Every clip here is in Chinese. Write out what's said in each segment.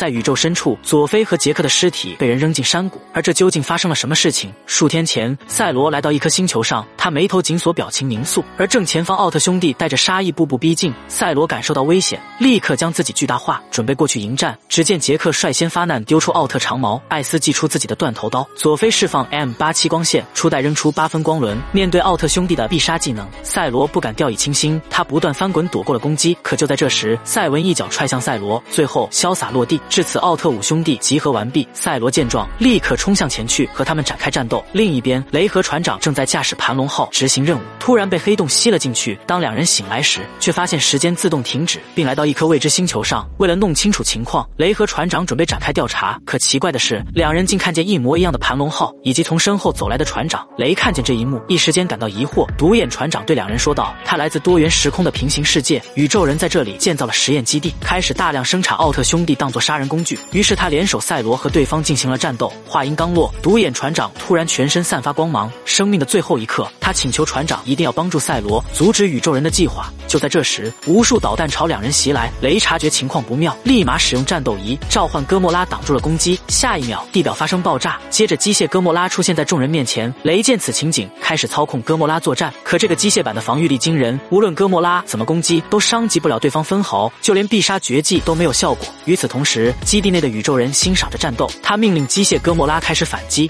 在宇宙深处，佐菲和杰克的尸体被人扔进山谷，而这究竟发生了什么事情？数天前，赛罗来到一颗星球上，他眉头紧锁，表情凝肃，而正前方奥特兄弟带着杀意步步逼近。赛罗感受到危险，立刻将自己巨大化，准备过去迎战。只见杰克率先发难，丢出奥特长矛，艾斯祭出自己的断头刀，佐菲释放 M87 光线，初代扔出8分光轮。面对奥特兄弟的必杀技能，赛罗不敢掉以轻心，他不断翻滚躲过了攻击。可就在这时，赛文一脚踹向赛罗，最后潇洒落地。至此，奥特5兄弟集合完毕。赛罗见状，立刻冲向前去和他们展开战斗。另一边，雷和船长正在驾驶盘龙号执行任务，突然被黑洞吸了进去。当两人醒来时，却发现时间自动停止，并来到一颗未知星球上。为了弄清楚情况，雷和船长准备展开调查。可奇怪的是，两人竟看见一模一样的盘龙号以及从身后走来的船长。雷看见这一幕，一时间感到疑惑。独眼船长对两人说道：“他来自多元时空的平行世界，宇宙人在这里建造了实验基地，开始大量生产奥特兄弟当作杀人工具。”于是他联手赛罗和对方进行了战斗。话音刚落，独眼船长突然全身散发光芒。生命的最后一刻，他请求船长一定要帮助赛罗阻止宇宙人的计划。就在这时，无数导弹朝两人袭来。雷察觉情况不妙，立马使用战斗仪召唤哥莫拉挡住了攻击。下一秒，地表发生爆炸，接着机械哥莫拉出现在众人面前。雷见此情景，开始操控哥莫拉作战。可这个机械版的防御力惊人，无论哥莫拉怎么攻击，都伤及不了对方分毫，就连必杀绝技都没有效果。与此同时，基地内的宇宙人欣赏着战斗，他命令机械哥莫拉开始反击。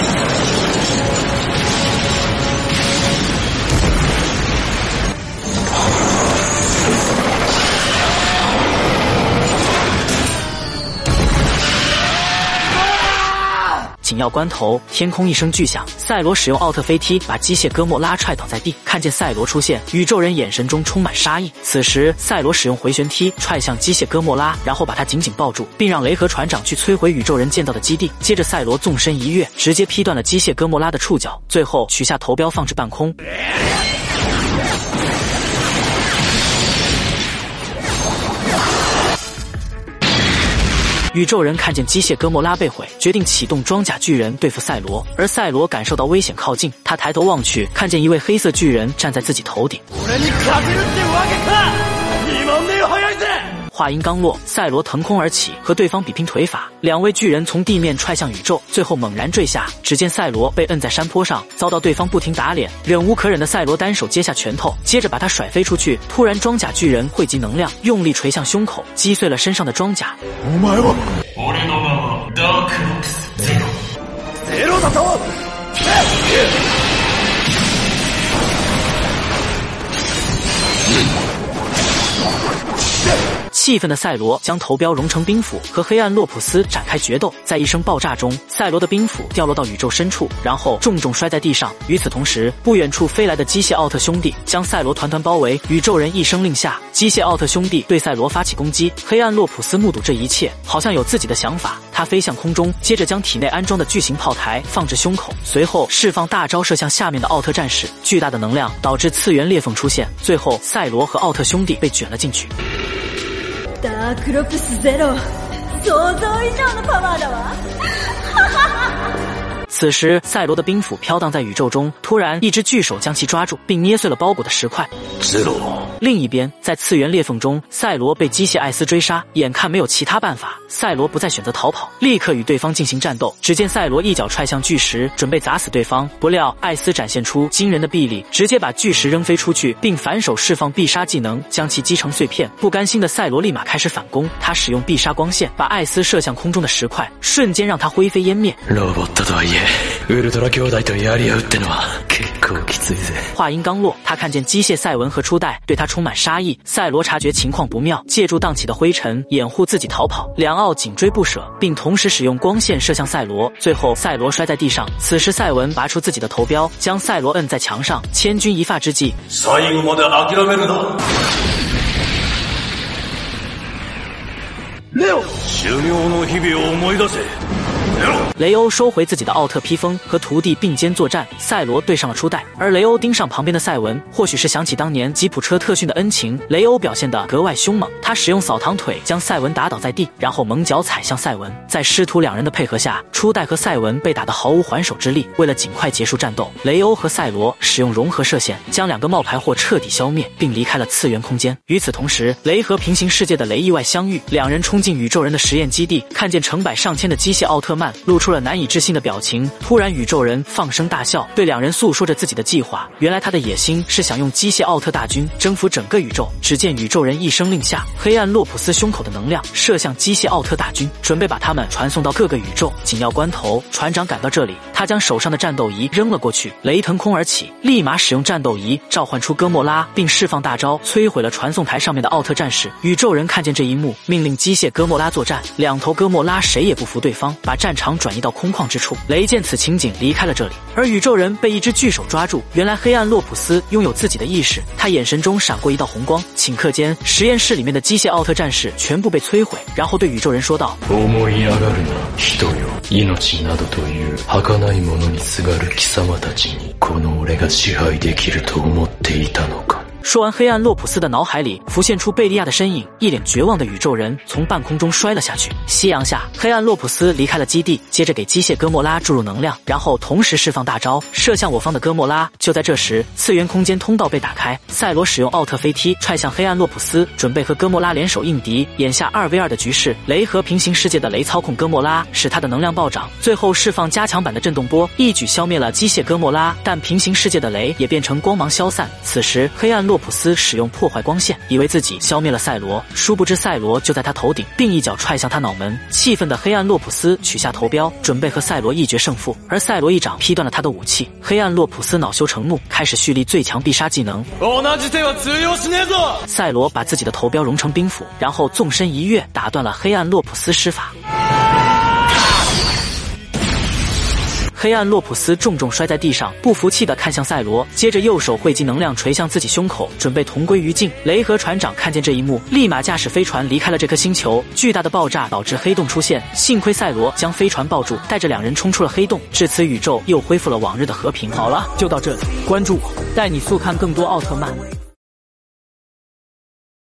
紧要关头，天空一声巨响，赛罗使用奥特飞踢把机械哥莫拉踹倒在地。看见赛罗出现，宇宙人眼神中充满杀意。此时，赛罗使用回旋踢踹向机械哥莫拉，然后把他紧紧抱住，并让雷和船长去摧毁宇宙人建造的基地。接着，赛罗纵身一跃，直接劈断了机械哥莫拉的触角，最后取下头标放置半空。宇宙人看见机械哥莫拉被毁，决定启动装甲巨人对付赛罗。而赛罗感受到危险靠近，他抬头望去，看见一位黑色巨人站在自己头顶。话音刚落，赛罗腾空而起，和对方比拼腿法。两位巨人从地面踹向宇宙，最后猛然坠下。只见赛罗被摁在山坡上，遭到对方不停打脸。忍无可忍的赛罗单手接下拳头，接着把他甩飞出去。突然，装甲巨人汇集能量，用力捶向胸口，击碎了身上的装甲。气愤的赛罗将头标融成冰斧，和黑暗洛普斯展开决斗。在一声爆炸中，赛罗的冰斧掉落到宇宙深处，然后重重摔在地上。与此同时，不远处飞来的机械奥特兄弟将赛罗团团包围。宇宙人一声令下，机械奥特兄弟对赛罗发起攻击。黑暗洛普斯目睹这一切，好像有自己的想法，他飞向空中，接着将体内安装的巨型炮台放置胸口，随后释放大招射向下面的奥特战士。巨大的能量导致次元裂缝出现，最后赛罗和奥特兄弟被卷了进去。 ダークロプスゼロ、想像以上のパワーだわ。 此时，赛罗的冰斧飘荡在宇宙中，突然一只巨手将其抓住，并捏碎了包裹的石块。另一边，在次元裂缝中，赛罗被机械艾斯追杀，眼看没有其他办法，赛罗不再选择逃跑，立刻与对方进行战斗。只见赛罗一脚踹向巨石，准备砸死对方，不料艾斯展现出惊人的臂力，直接把巨石扔飞出去，并反手释放必杀技能，将其击成碎片。不甘心的赛罗立马开始反攻，他使用必杀光线把艾斯射向空中的石块，瞬间让他灰飞烟灭。 ウルトラ兄弟とやり合うってのは結構きついぜ。 话音刚落，他看见机械赛文和初代，对他充满杀意。赛罗察觉情况不妙，借助荡起的灰尘掩护自己逃跑。两奥紧追不舍，并同时使用光线射向赛罗。最后，赛罗摔在地上。此时，赛文拔出自己的头标，将赛罗摁在墙上。千钧一发之际， 最後まで諦めるな。レオ、修行の日々を思い出せ。 雷欧收回自己的奥特披风，和徒弟并肩作战。赛罗对上了初代，而雷欧盯上旁边的赛文，或许是想起当年吉普车特训的恩情，雷欧表现得格外凶猛。他使用扫堂腿将赛文打倒在地，然后猛脚踩向赛文。在师徒两人的配合下，初代和赛文被打得毫无还手之力。为了尽快结束战斗，雷欧和赛罗使用融合射线将两个冒牌货彻底消灭，并离开了次元空间。与此同时，雷和平行世界的雷意外相遇，两人冲进宇宙人的实验基地，看见成百上千的机械奥特曼，露出了难以置信的表情。突然，宇宙人放声大笑，对两人诉说着自己的计划。原来他的野心是想用机械奥特大军征服整个宇宙。只见宇宙人一声令下，黑暗洛普斯胸口的能量射向机械奥特大军，准备把他们传送到各个宇宙。紧要关头，船长赶到这里，他将手上的战斗仪扔了过去，雷腾空而起，立马使用战斗仪召唤出哥莫拉，并释放大招摧毁了传送台上面的奥特战士。宇宙人看见这一幕，命令机械哥莫拉作战。两头哥莫拉谁也不服对方，把战场转移到空旷之处。雷见此情景离开了这里，而宇宙人被一只巨手抓住。原来黑暗洛普斯拥有自己的意识，他眼神中闪过一道红光，顷刻间实验室里面的机械奥特战士全部被摧毁，然后对宇宙人说道： 思い上がるな人よ、命などという儚いものにすがる貴様たちにこの俺が支配できると思っていたのか。 说完，黑暗洛普斯的脑海里浮现出贝利亚的身影，一脸绝望的宇宙人从半空中摔了下去。夕阳下，黑暗洛普斯离开了基地，接着给机械哥莫拉注入能量，然后同时释放大招射向我方的哥莫拉。就在这时，次元空间通道被打开，赛罗使用奥特飞踢踹向黑暗洛普斯，准备和哥莫拉联手应敌。眼下2v2的局势，雷和平行世界的雷操控哥莫拉，使他的能量暴涨，最后释放加强版的震动波，一举消灭了机械哥莫拉。但平行世界的雷也变成光芒消散。此时，黑暗洛普斯使用破坏光线，以为自己消灭了赛罗，殊不知赛罗就在他头顶，并一脚踹向他脑门。气愤的黑暗洛普斯取下头镖，准备和赛罗一决胜负，而赛罗一掌劈断了他的武器。黑暗洛普斯恼羞成怒，开始蓄力最强必杀技能。赛罗把自己的头镖融成冰斧，然后纵身一跃，打断了黑暗洛普斯施法。黑暗洛普斯重重摔在地上，不服气地看向赛罗，接着右手汇集能量捶向自己胸口，准备同归于尽。雷和船长看见这一幕，立马驾驶飞船离开了这颗星球。巨大的爆炸导致黑洞出现，幸亏赛罗将飞船抱住，带着两人冲出了黑洞。至此，宇宙又恢复了往日的和平。好了，就到这里，关注我，带你速看更多奥特曼。